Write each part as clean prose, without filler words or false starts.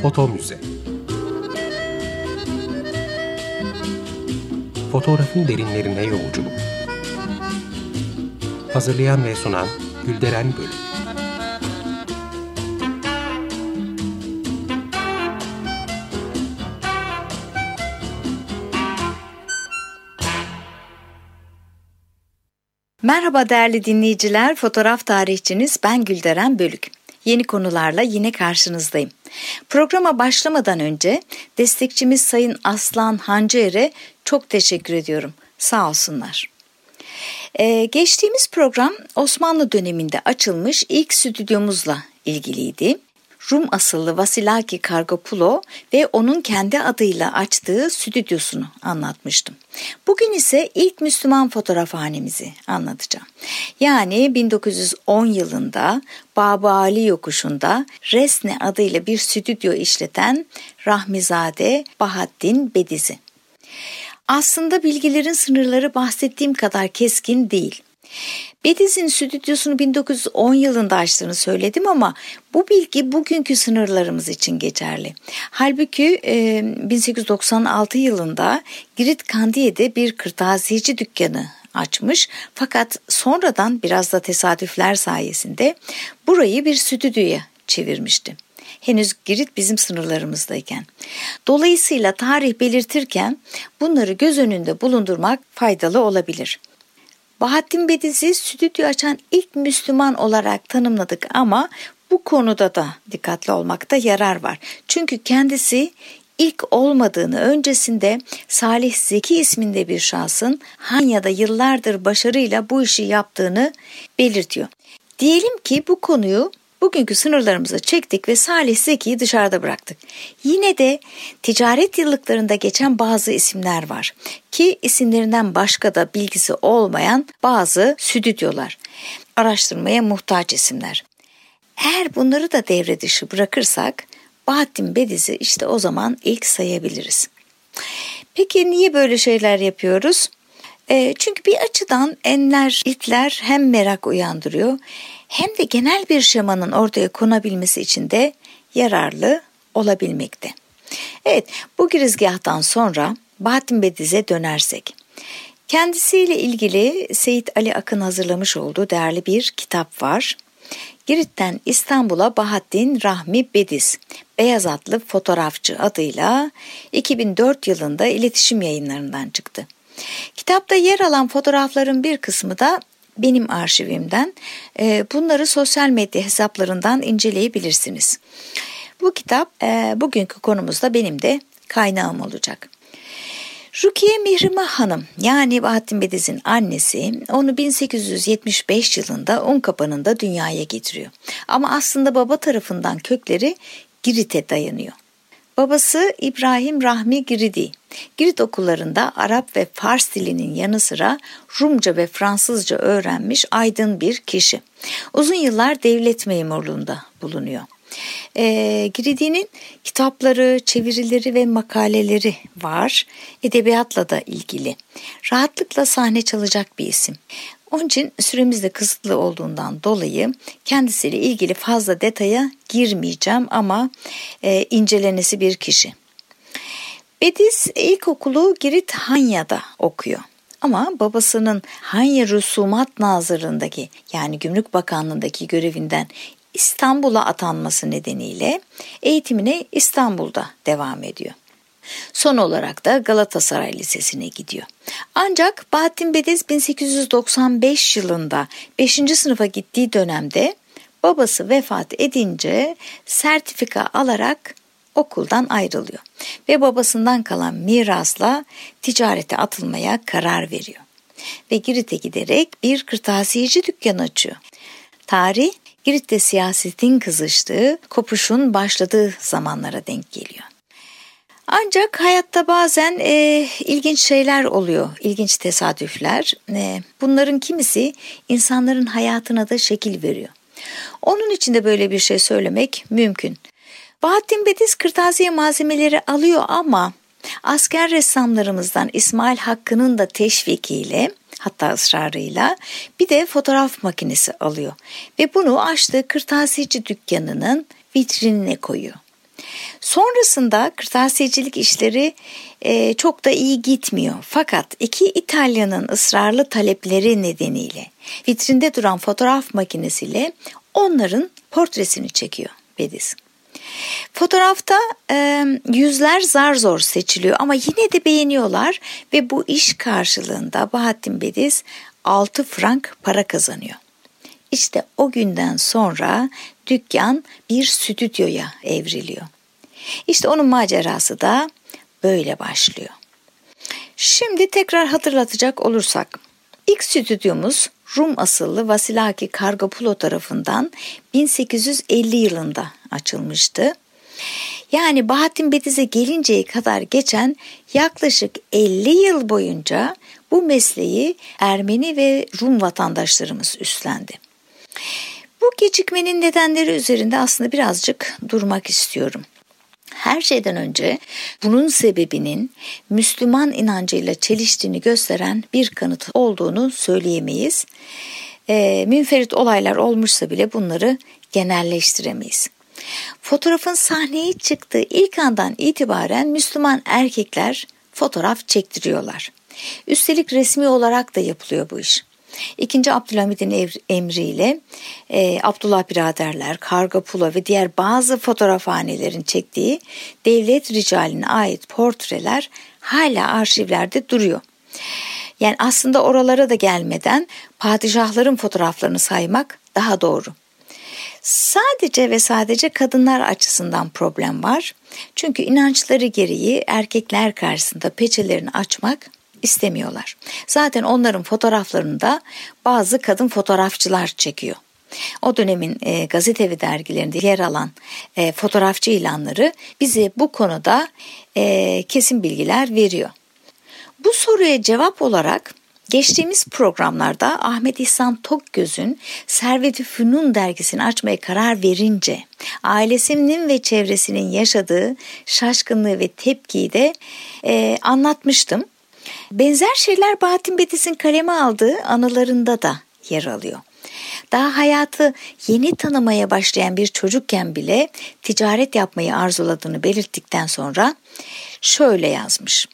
Foto Müze. Fotoğrafın derinlerine yolculuk. Hazırlayan ve sunan Gülderen Bölük. Merhaba değerli dinleyiciler, fotoğraf tarihçiniz ben Gülderen Bölük. Yeni konularla yine karşınızdayım. Programa başlamadan önce destekçimiz Sayın Aslan Hancıer'e çok teşekkür ediyorum. Sağ olsunlar. Geçtiğimiz program Osmanlı döneminde açılmış ilk stüdyomuzla ilgiliydi. Rum asıllı Vasilaki Kargopulo ve onun kendi adıyla açtığı stüdyosunu anlatmıştım. Bugün ise ilk Müslüman fotoğrafhanemizi anlatacağım. Yani 1910 yılında Bab-ı Ali yokuşunda Resne adıyla bir stüdyo işleten Rahmizade Bahattin Bediz'i. Aslında bilgilerin sınırları bahsettiğim kadar keskin değil. Bediz'in stüdyosunu 1910 yılında açtığını söyledim ama bu bilgi bugünkü sınırlarımız için geçerli. Halbuki 1896 yılında Girit Kandiye'de bir kırtasiyeci dükkanı açmış, fakat sonradan biraz da tesadüfler sayesinde burayı bir stüdyoya çevirmişti. Henüz Girit bizim sınırlarımızdayken. Dolayısıyla tarih belirtirken bunları göz önünde bulundurmak faydalı olabilir. Bahattin Bediz'i stüdyo açan ilk Müslüman olarak tanımladık ama bu konuda da dikkatli olmakta yarar var. Çünkü kendisi ilk olmadığını, öncesinde Salih Zeki isminde bir şahsın Hanya'da yıllardır başarıyla bu işi yaptığını belirtiyor. Diyelim ki bu konuyu bugünkü sınırlarımıza çektik ve Salih Zeki'yi dışarıda bıraktık. Yine de ticaret yıllıklarında geçen bazı isimler var ki isimlerinden başka da bilgisi olmayan bazı stüdyolar, araştırmaya muhtaç isimler. Eğer bunları da devre dışı bırakırsak Bahattin Bediz'i işte o zaman ilk sayabiliriz. Peki niye böyle şeyler yapıyoruz? Çünkü bir açıdan enler, ilkler hem merak uyandırıyor hem de genel bir şemanın ortaya konabilmesi için de yararlı olabilmekte. Evet, bu girizgahtan sonra Bahattin Bediz'e dönersek. Kendisiyle ilgili Seyit Ali Akın hazırlamış olduğu değerli bir kitap var. Girit'ten İstanbul'a Bahattin Rahmi Bediz, Beyaz Atlı Fotoğrafçı adıyla 2004 yılında iletişim yayınlarından çıktı. Kitapta yer alan fotoğrafların bir kısmı da benim arşivimden. Bunları sosyal medya hesaplarından inceleyebilirsiniz. Bu kitap bugünkü konumuzda benim de kaynağım olacak. Rukiye Mihrimah Hanım, yani Bahattin Bediz'in annesi, onu 1875 yılında Unkapanı'nda dünyaya getiriyor. Ama aslında baba tarafından kökleri Girit'e dayanıyor. Babası İbrahim Rahmi Giridi. Girit okullarında Arap ve Fars dilinin yanı sıra Rumca ve Fransızca öğrenmiş aydın bir kişi. Uzun yıllar devlet memurluğunda bulunuyor. Giridi'nin kitapları, çevirileri ve makaleleri var. Edebiyatla da ilgili. Rahatlıkla sahne çalacak bir isim. Onun için süremiz de kısıtlı olduğundan dolayı kendisiyle ilgili fazla detaya girmeyeceğim ama incelenesi bir kişi. Bediz ilkokulu Girit Hanya'da okuyor. Ama babasının Hanya Rüsumat Nazırlığındaki, yani Gümrük Bakanlığındaki görevinden İstanbul'a atanması nedeniyle eğitimine İstanbul'da devam ediyor. Son olarak da Galatasaray Lisesi'ne gidiyor. Ancak Bahattin Bediz 1895 yılında 5. sınıfa gittiği dönemde babası vefat edince sertifika alarak okuldan ayrılıyor ve babasından kalan mirasla ticarete atılmaya karar veriyor. Ve Girit'e giderek bir kırtasiyeci dükkanı açıyor. Tarih, Girit'te siyasetin kızıştığı, kopuşun başladığı zamanlara denk geliyor. Ancak hayatta bazen ilginç şeyler oluyor, ilginç tesadüfler. Bunların kimisi insanların hayatına da şekil veriyor. Onun için de böyle bir şey söylemek mümkün. Bahattin Bediz kırtasiye malzemeleri alıyor ama asker ressamlarımızdan İsmail Hakkı'nın da teşvikiyle, hatta ısrarıyla bir de fotoğraf makinesi alıyor ve bunu açtığı kırtasiyeci dükkanının vitrinine koyuyor. Sonrasında kırtasiyecilik işleri çok da iyi gitmiyor. Fakat iki İtalyanın ısrarlı talepleri nedeniyle vitrinde duran fotoğraf makinesiyle onların portresini çekiyor Bediz. Fotoğrafta yüzler zar zor seçiliyor ama yine de beğeniyorlar ve bu iş karşılığında Bahattin Bediz 6 frank para kazanıyor. İşte o günden sonra dükkan bir stüdyoya evriliyor. İşte onun macerası da böyle başlıyor. Şimdi tekrar hatırlatacak olursak, ilk stüdyomuz Rum asıllı Vasilaki Kargopulo tarafından 1850 yılında açılmıştı. Yani Bahattin Bediz'e gelinceye kadar geçen yaklaşık 50 yıl boyunca bu mesleği Ermeni ve Rum vatandaşlarımız üstlendi. Bu gecikmenin nedenleri üzerinde aslında birazcık durmak istiyorum. Her şeyden önce bunun sebebinin Müslüman inancıyla çeliştiğini gösteren bir kanıt olduğunu söyleyemeyiz. Münferit olaylar olmuşsa bile bunları genelleştiremeyiz. Fotoğrafın sahneye çıktığı ilk andan itibaren Müslüman erkekler fotoğraf çektiriyorlar. Üstelik resmi olarak da yapılıyor bu iş. İkinci Abdülhamid'in emriyle Abdullah biraderler, Kargopulo ve diğer bazı fotoğrafhanelerin çektiği devlet ricaline ait portreler hala arşivlerde duruyor. Yani aslında oralara da gelmeden padişahların fotoğraflarını saymak daha doğru. Sadece ve sadece kadınlar açısından problem var. Çünkü inançları gereği erkekler karşısında peçelerini açmak istemiyorlar. Zaten onların fotoğraflarını da bazı kadın fotoğrafçılar çekiyor. O dönemin gazete ve dergilerinde yer alan fotoğrafçı ilanları bize bu konuda kesin bilgiler veriyor. Bu soruya cevap olarak geçtiğimiz programlarda Ahmet İhsan Tokgöz'ün Servet-i Fünun dergisini açmaya karar verince ailesinin ve çevresinin yaşadığı şaşkınlığı ve tepkiyi de anlatmıştım. Benzer şeyler Bahattin Bediz'in kaleme aldığı anılarında da yer alıyor. Daha hayatı yeni tanımaya başlayan bir çocukken bile ticaret yapmayı arzuladığını belirttikten sonra şöyle yazmış.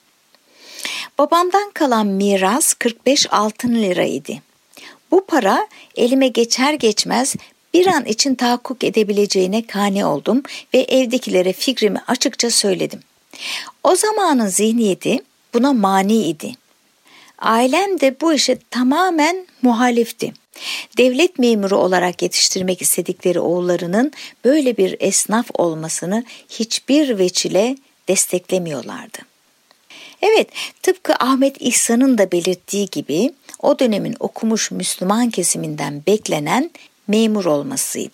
Babamdan kalan miras 45 altın liraydı. Bu para elime geçer geçmez bir an için tahakkuk edebileceğine kani oldum ve evdekilere fikrimi açıkça söyledim. O zamanın zihniyeti buna mani idi. Ailem de bu işe tamamen muhalifti. Devlet memuru olarak yetiştirmek istedikleri oğullarının böyle bir esnaf olmasını hiçbir veçile desteklemiyorlardı. Evet, tıpkı Ahmet İhsan'ın da belirttiği gibi o dönemin okumuş Müslüman kesiminden beklenen memur olmasıydı.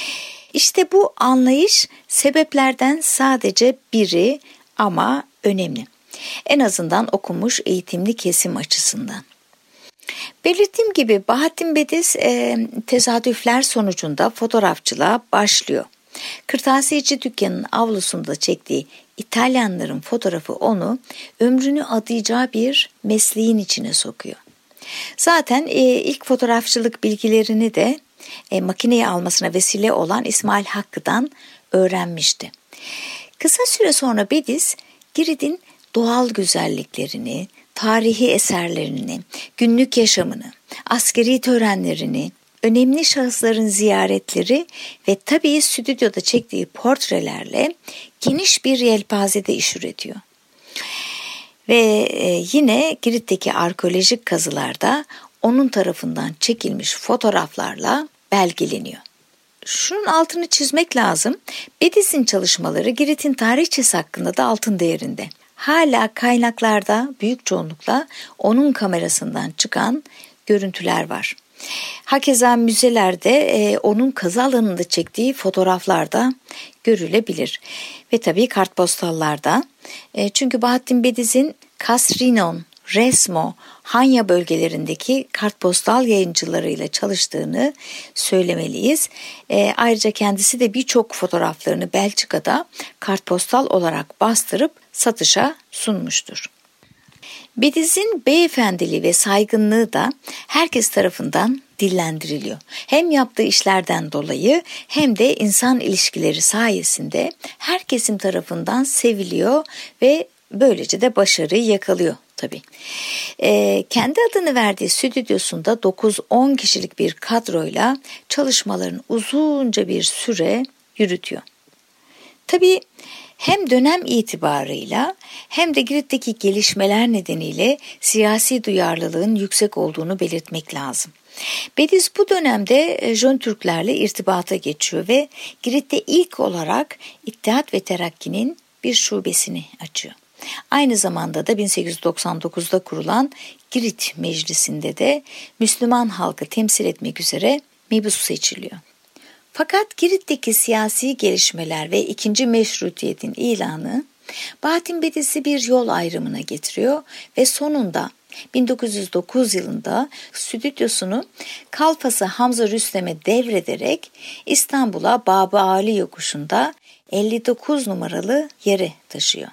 İşte bu anlayış sebeplerden sadece biri ama önemli. En azından okumuş eğitimli kesim açısından. Belirttiğim gibi Bahattin Bediz tesadüfler sonucunda fotoğrafçılığa başlıyor. Kırtasiyeci dükkanının avlusunda çektiği İtalyanların fotoğrafı onu ömrünü adayacağı bir mesleğin içine sokuyor. Zaten ilk fotoğrafçılık bilgilerini de makineye almasına vesile olan İsmail Hakkı'dan öğrenmişti. Kısa süre sonra Bediz, Girit'in doğal güzelliklerini, tarihi eserlerini, günlük yaşamını, askeri törenlerini, önemli şahısların ziyaretleri ve tabii stüdyoda çektiği portrelerle geniş bir yelpazede iş üretiyor. Ve yine Girit'teki arkeolojik kazılarda onun tarafından çekilmiş fotoğraflarla belgeleniyor. Şunun altını çizmek lazım. Bediz'in çalışmaları Girit'in tarihçesi hakkında da altın değerinde. Hala kaynaklarda büyük çoğunlukla onun kamerasından çıkan görüntüler var. Hakeza müzelerde onun kazı alanında çektiği fotoğraflar da görülebilir. Ve tabii kartpostallarda. Çünkü Bahattin Bediz'in Kasrinon, Resmo, Hanya bölgelerindeki kartpostal yayıncılarıyla çalıştığını söylemeliyiz. Ayrıca kendisi de birçok fotoğraflarını Belçika'da kartpostal olarak bastırıp satışa sunmuştur. Bediz'in beyefendiliği ve saygınlığı da herkes tarafından dillendiriliyor. Hem yaptığı işlerden dolayı hem de insan ilişkileri sayesinde her kesim tarafından seviliyor ve böylece de başarıyı yakalıyor tabii. Kendi adını verdiği stüdyosunda 9-10 kişilik bir kadroyla çalışmalarını uzunca bir süre yürütüyor. Tabii hem dönem itibarıyla hem de Girit'teki gelişmeler nedeniyle siyasi duyarlılığın yüksek olduğunu belirtmek lazım. Bediz bu dönemde Jön Türklerle irtibata geçiyor ve Girit'te ilk olarak İttihat ve Terakki'nin bir şubesini açıyor. Aynı zamanda da 1899'da kurulan Girit Meclisi'nde de Müslüman halkı temsil etmek üzere mebus seçiliyor. Fakat Girit'teki siyasi gelişmeler ve 2. Meşrutiyet'in ilanı Bahattin Bediz'i bir yol ayrımına getiriyor ve sonunda 1909 yılında stüdyosunu Kalfası Hamza Rüstem'e devrederek İstanbul'a Bab-ı Ali yokuşunda 59 numaralı yere taşıyor.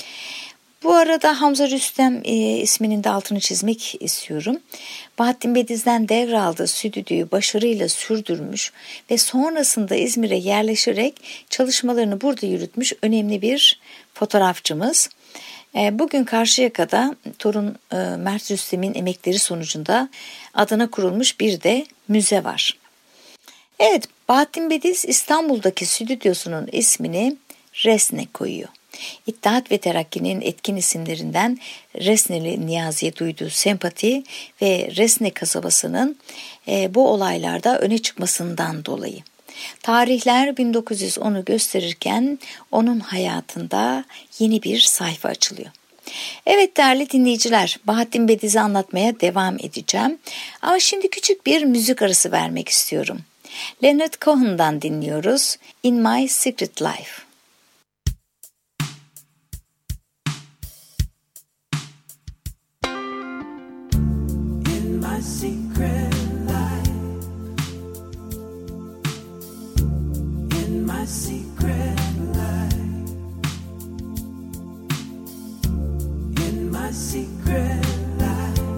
Bu arada Hamza Rüstem isminin de altını çizmek istiyorum. Bahattin Bediz'den devraldığı stüdyoyu başarıyla sürdürmüş ve sonrasında İzmir'e yerleşerek çalışmalarını burada yürütmüş önemli bir fotoğrafçımız. Bugün Karşıyaka'da torun Mert Rüstem'in emekleri sonucunda adına kurulmuş bir de müze var. Evet, Bahattin Bediz İstanbul'daki stüdyosunun ismini Resne koyuyor. İttihat ve Terakki'nin etkin isimlerinden Resneli Niyazi'ye duyduğu sempati ve Resne kasabasının bu olaylarda öne çıkmasından dolayı. Tarihler 1910'u gösterirken onun hayatında yeni bir sayfa açılıyor. Evet değerli dinleyiciler, Bahattin Bediz'i anlatmaya devam edeceğim. Ama şimdi küçük bir müzik arası vermek istiyorum. Leonard Cohen'dan dinliyoruz In My Secret Life. My secret life, in my secret life, in my secret life,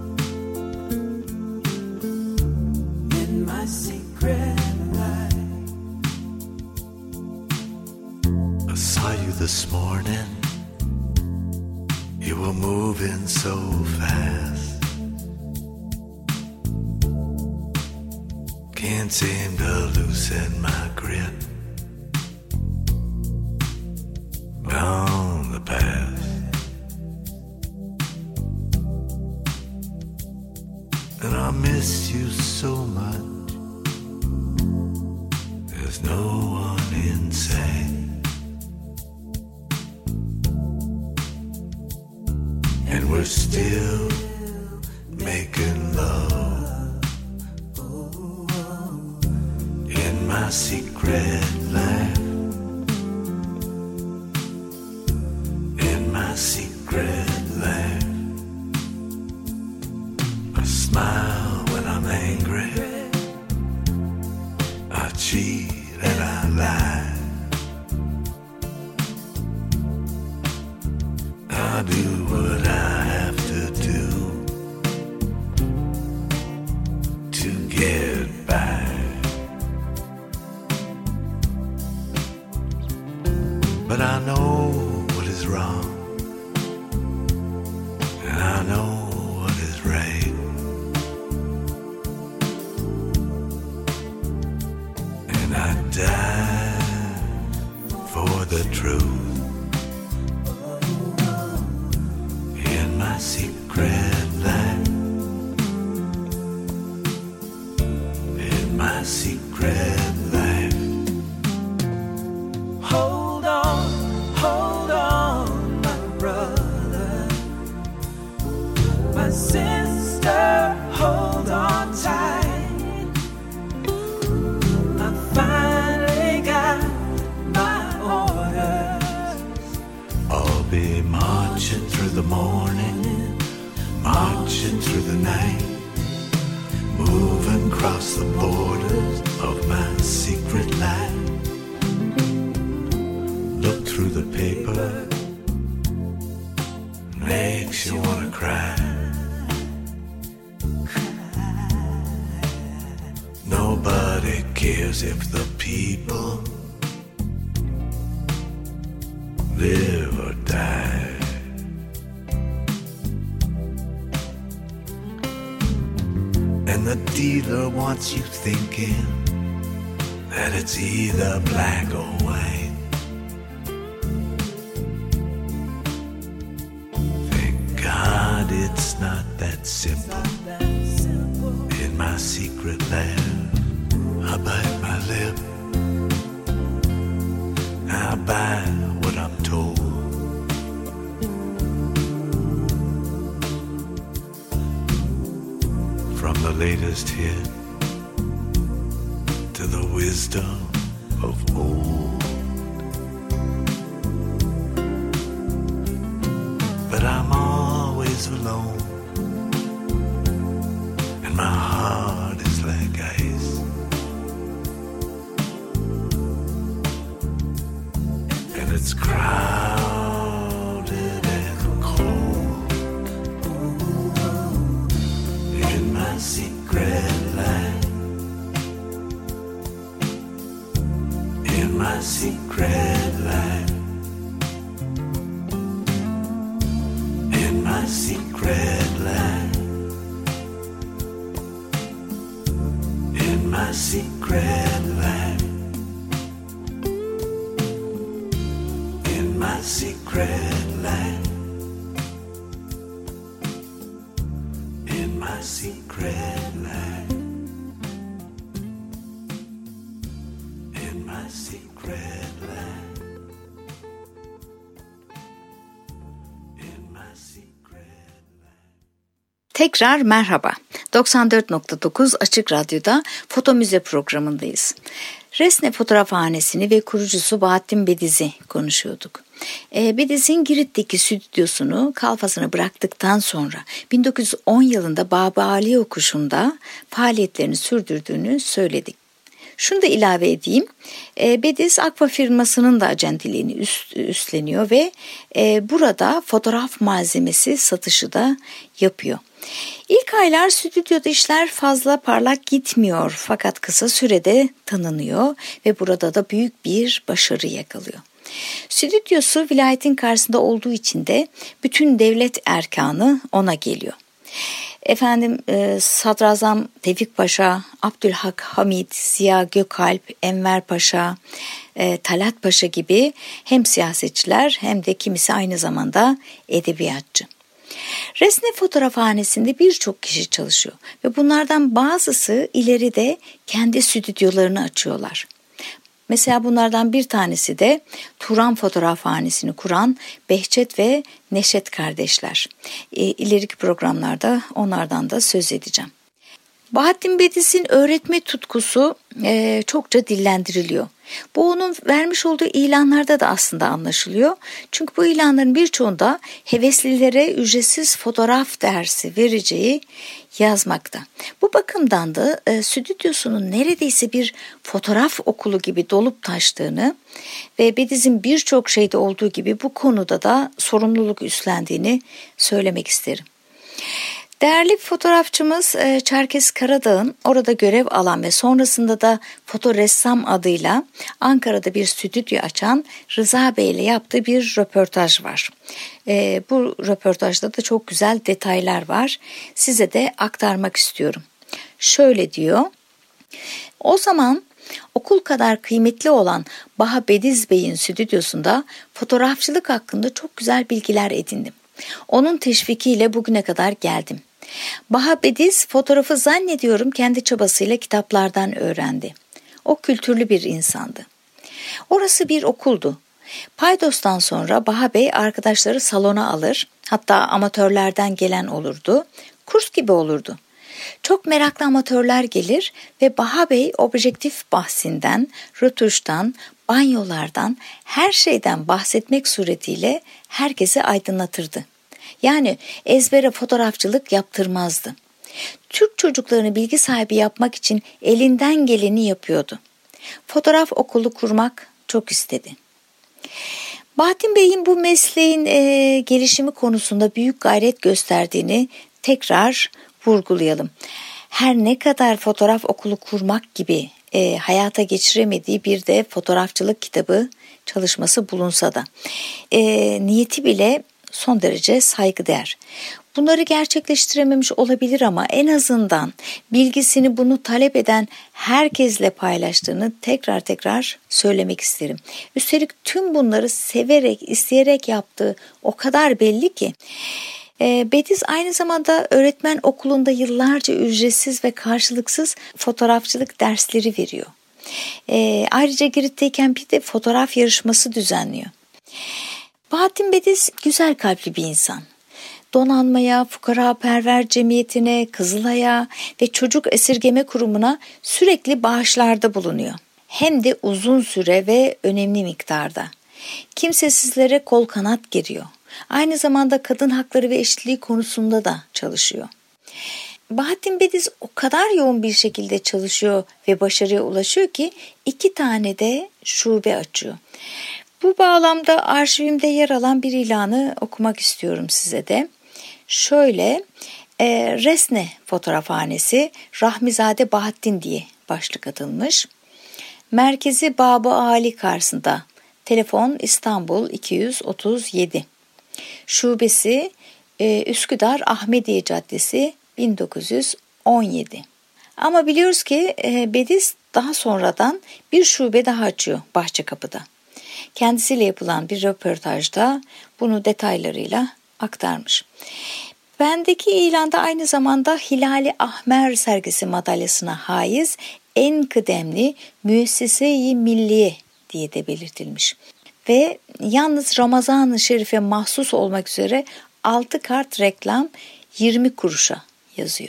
in my secret life. I saw you this morning, you were moving so fast. Can't seem to loosen my grip on the past. And I miss you so much. There's no one in sight. And we're still making love. My secret life, in my secret life, I smile when I'm angry, I cheat and I lie, I do what I have to do to get by. But I know what is wrong, and I know what is right, and I die for the truth. In my secret life, in my secret life. Hold on, my brother, my sister, hold on tight. I finally got my orders. I'll be marching through the morning, marching through the night, moving across the borders of my secret life. Look through the paper, makes you wanna cry. 'Cause if the people live or die, and the dealer wants you thinking that it's either black or white, thank God it's not that simple. In my secret lab, I bite my lip, I buy what I'm told. From the latest hit to the wisdom of old. But I'm always alone, and my heart is like ice. And it's crowded and cold in my secret life, in my secret life, in my secret life, in my secret life, in my secret life, in my secret life, in my secret life, in my secret life. Tekrar merhaba. 94.9 Açık Radyo'da Foto Müze programındayız. Resne Fotoğrafhanesi'ni ve kurucusu Bahattin Bediz'i konuşuyorduk. Bediz'in Girit'teki stüdyosunu kalfasına bıraktıktan sonra 1910 yılında Babali Yokuşu'nda faaliyetlerini sürdürdüğünü söyledik. Şunu da ilave edeyim. Bediz Aqua firmasının da acenteliğini üstleniyor ve burada fotoğraf malzemesi satışı da yapıyor. İlk aylar stüdyoda işler fazla parlak gitmiyor fakat kısa sürede tanınıyor ve burada da büyük bir başarı yakalıyor. Stüdyosu vilayetin karşısında olduğu için de bütün devlet erkanı ona geliyor. Sadrazam Tevfik Paşa, Abdülhak Hamid, Ziya Gökalp, Enver Paşa, Talat Paşa gibi hem siyasetçiler hem de kimisi aynı zamanda edebiyatçı. Resne Fotoğrafhanesi'nde birçok kişi çalışıyor ve bunlardan bazısı ileride kendi stüdyolarını açıyorlar. Mesela bunlardan bir tanesi de Turan Fotoğrafhanesi'ni kuran Behçet ve Neşet kardeşler. İleriki programlarda onlardan da söz edeceğim. Bahattin Bediz'in öğretme tutkusu çokça dillendiriliyor. Bu onun vermiş olduğu ilanlarda da aslında anlaşılıyor. Çünkü bu ilanların birçoğunda heveslilere ücretsiz fotoğraf dersi vereceği yazmakta. Bu bakımdan da stüdyosunun neredeyse bir fotoğraf okulu gibi dolup taştığını ve Bediz'in birçok şeyde olduğu gibi bu konuda da sorumluluk üstlendiğini söylemek isterim. Değerli fotoğrafçımız Çerkes Karadağ'ın orada görev alan ve sonrasında da fotoressam adıyla Ankara'da bir stüdyo açan Rıza Bey ile yaptığı bir röportaj var. Bu röportajda da çok güzel detaylar var. Size de aktarmak istiyorum. Şöyle diyor. O zaman okul kadar kıymetli olan Baha Bediz Bey'in stüdyosunda fotoğrafçılık hakkında çok güzel bilgiler edindim. Onun teşvikiyle bugüne kadar geldim. Baha Bediz fotoğrafı zannediyorum kendi çabasıyla kitaplardan öğrendi. O kültürlü bir insandı. Orası bir okuldu. Paydos'tan sonra Baha Bey arkadaşları salona alır, hatta amatörlerden gelen olurdu, kurs gibi olurdu. Çok meraklı amatörler gelir ve Baha Bey objektif bahsinden, rötuştan, banyolardan, her şeyden bahsetmek suretiyle herkesi aydınlatırdı. Yani ezbere fotoğrafçılık yaptırmazdı. Türk çocuklarını bilgi sahibi yapmak için elinden geleni yapıyordu. Fotoğraf okulu kurmak çok istedi. Bahattin Bey'in bu mesleğin gelişimi konusunda büyük gayret gösterdiğini tekrar vurgulayalım. Her ne kadar fotoğraf okulu kurmak gibi hayata geçiremediği bir de fotoğrafçılık kitabı çalışması bulunsa da niyeti bile son derece saygıdeğer. Bunları gerçekleştirememiş olabilir ama en azından bilgisini bunu talep eden herkesle paylaştığını tekrar söylemek isterim. Üstelik tüm bunları severek, isteyerek yaptığı o kadar belli ki. Bediz aynı zamanda öğretmen okulunda yıllarca ücretsiz ve karşılıksız fotoğrafçılık dersleri veriyor. Ayrıca Girit'teyken bir de fotoğraf yarışması düzenliyor. Bahattin Bediz güzel kalpli bir insan. Donanmaya, Fukaraperver Cemiyeti'ne, Kızılay'a ve Çocuk Esirgeme Kurumu'na sürekli bağışlarda bulunuyor. Hem de uzun süre ve önemli miktarda. Kimsesizlere kol kanat geriyor. Aynı zamanda kadın hakları ve eşitliği konusunda da çalışıyor. Bahattin Bediz o kadar yoğun bir şekilde çalışıyor ve başarıya ulaşıyor ki 2 tane de şube açıyor. Bu bağlamda arşivimde yer alan bir ilanı okumak istiyorum size de. Şöyle, Resne Fotoğrafhanesi Rahmizade Bahattin diye başlık atılmış. Merkezi Bab-ı Ali karşısında. Telefon İstanbul 237. Şubesi Üsküdar Ahmediye Caddesi 1917. Ama biliyoruz ki Bediz daha sonradan bir şube daha açıyor Bahçekapı'da. Kendisiyle yapılan bir röportajda bunu detaylarıyla aktarmış. Bendeki ilanda aynı zamanda Hilali Ahmer sergisi madalyasına haiz en kıdemli Müessese-i Milliye diye de belirtilmiş. Ve yalnız Ramazan-ı Şerif'e mahsus olmak üzere 6 kart reklam 20 kuruşa yazıyor.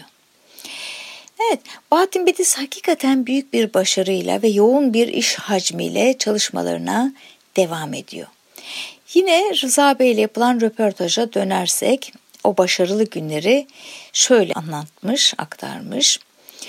Evet, Bahattin Bediz hakikaten büyük bir başarıyla ve yoğun bir iş hacmiyle çalışmalarına devam ediyor. Yine Rıza Bey ile yapılan röportaja dönersek o başarılı günleri şöyle anlatmış, aktarmış.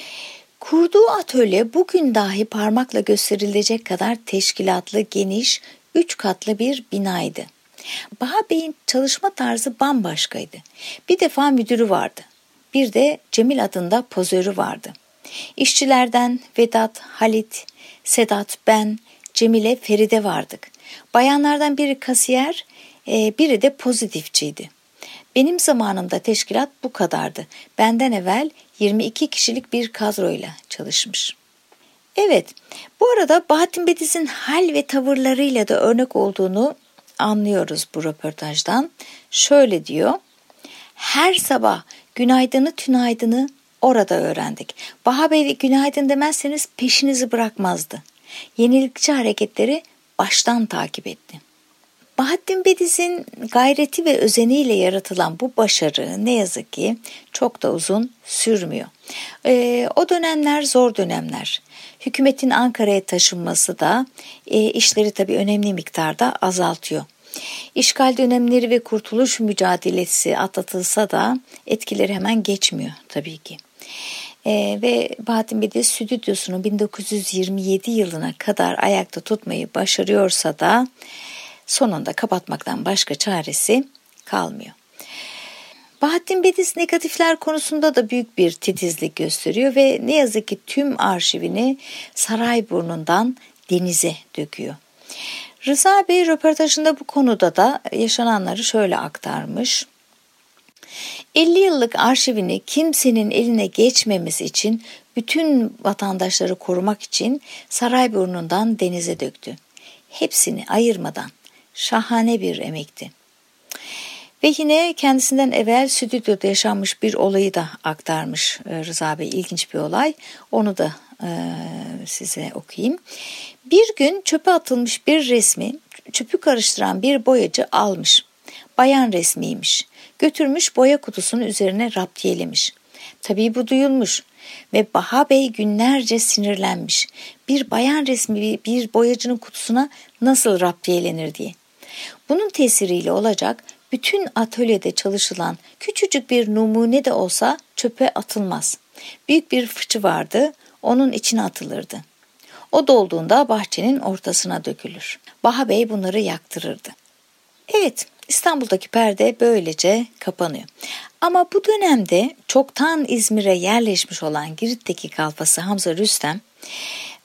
Kurduğu atölye bugün dahi parmakla gösterilecek kadar teşkilatlı, geniş, 3 katlı bir binaydı. Baha Bey'in çalışma tarzı bambaşkaydı. Bir defa müdürü vardı. Bir de Cemil adında pozörü vardı. İşçilerden Vedat, Halit, Sedat, ben, Cemile, Feride vardık. Bayanlardan biri kasiyer, biri de pozitifçiydi. Benim zamanımda teşkilat bu kadardı. Benden evvel 22 kişilik bir kadroyla çalışmış. Evet, bu arada Bahattin Bediz'in hal ve tavırlarıyla da örnek olduğunu anlıyoruz bu röportajdan. Şöyle diyor, her sabah günaydını tünaydını orada öğrendik. Baha Bey günaydın demezseniz peşinizi bırakmazdı. Yenilikçi hareketleri baştan takip etti. Bahattin Bediz'in gayreti ve özeniyle yaratılan bu başarı ne yazık ki çok da uzun sürmüyor. O dönemler zor dönemler. Hükümetin Ankara'ya taşınması da işleri tabii önemli miktarda azaltıyor. İşgal dönemleri ve kurtuluş mücadelesi atlatılsa da etkileri hemen geçmiyor tabii ki. Ve Bahattin Bediz stüdyosunu 1927 yılına kadar ayakta tutmayı başarıyorsa da sonunda kapatmaktan başka çaresi kalmıyor. Bahattin Bediz negatifler konusunda da büyük bir titizlik gösteriyor ve ne yazık ki tüm arşivini Sarayburnu'ndan denize döküyor. Rıza Bey röportajında bu konuda da yaşananları şöyle aktarmış. 50 yıllık arşivini kimsenin eline geçmemesi için bütün vatandaşları korumak için Sarayburnu'ndan denize döktü. Hepsini ayırmadan. Şahane bir emekti. Ve yine kendisinden evvel stüdyoda yaşanmış bir olayı da aktarmış Rıza Bey. İlginç bir olay. Onu da size okuyayım. Bir gün çöpe atılmış bir resmi çöpü karıştıran bir boyacı almış. Bayan resmiymiş. Götürmüş boya kutusunun üzerine raptiyelemiş. Tabii bu duyulmuş ve Baha Bey günlerce sinirlenmiş. Bir bayan resmi bir boyacının kutusuna nasıl raptiyelenir diye. Bunun tesiriyle olacak bütün atölyede çalışılan küçücük bir numune de olsa çöpe atılmaz. Büyük bir fıçı vardı, onun içine atılırdı. O dolduğunda bahçenin ortasına dökülür. Baha Bey bunları yaktırırdı. Evet, İstanbul'daki perde böylece kapanıyor. Ama bu dönemde çoktan İzmir'e yerleşmiş olan Girit'teki kalfası Hamza Rüstem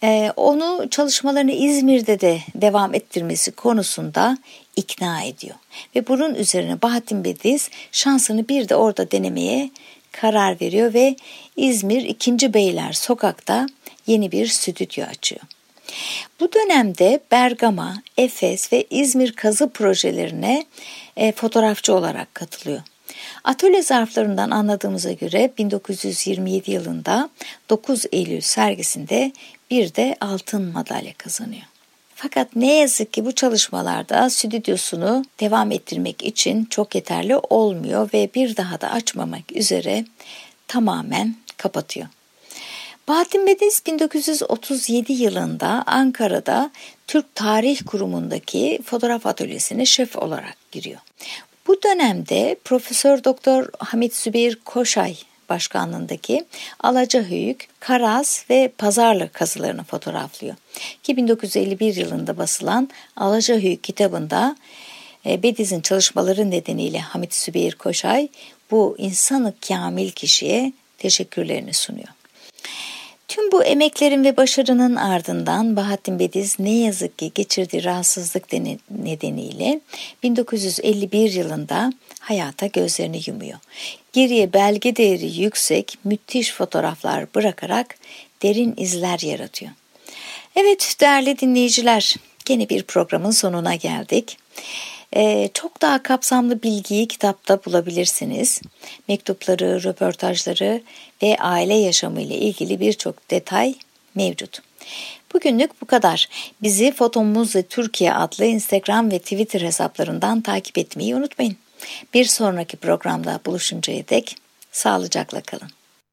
Onu çalışmalarını İzmir'de de devam ettirmesi konusunda ikna ediyor. Ve bunun üzerine Bahattin Bediz şansını bir de orada denemeye karar veriyor ve İzmir 2. Beyler Sokak'ta yeni bir stüdyo açıyor. Bu dönemde Bergama, Efes ve İzmir kazı projelerine fotoğrafçı olarak katılıyor. Atölye zarflarından anladığımıza göre 1927 yılında 9 Eylül sergisinde bir de altın madalya kazanıyor. Fakat ne yazık ki bu çalışmalarda stüdyosunu devam ettirmek için çok yeterli olmuyor ve bir daha da açmamak üzere tamamen kapatıyor. Bahattin Bediz 1937 yılında Ankara'da Türk Tarih Kurumu'ndaki fotoğraf atölyesine şef olarak giriyor. Bu dönemde Profesör Doktor Hamit Zübeyir Koşay başkanlığındaki Alacahöyük, Karaz ve Pazarlı kazılarını fotoğraflıyor. Ki 1951 yılında basılan Alacahöyük kitabında Bediz'in çalışmaları nedeniyle Hamit Zübeyir Koşay bu insanı kamil kişiye teşekkürlerini sunuyor. Tüm bu emeklerin ve başarının ardından Bahattin Bediz ne yazık ki geçirdiği rahatsızlık nedeniyle 1951 yılında hayata gözlerini yumuyor. Geriye belge değeri yüksek, müthiş fotoğraflar bırakarak derin izler yaratıyor. Evet değerli dinleyiciler, yeni bir programın sonuna geldik. Çok daha kapsamlı bilgiyi kitapta bulabilirsiniz. Mektupları, röportajları ve aile yaşamı ile ilgili birçok detay mevcut. Bugünlük bu kadar. Bizi Fotomuzle Türkiye adlı Instagram ve Twitter hesaplarından takip etmeyi unutmayın. Bir sonraki programda buluşuncaya dek sağlıcakla kalın.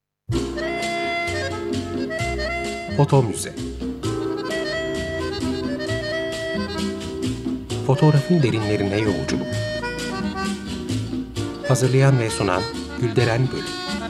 Foto Müze. Fotoğrafın derinlerine yolculuk. Hazırlayan ve sunan Gülderen Bölük.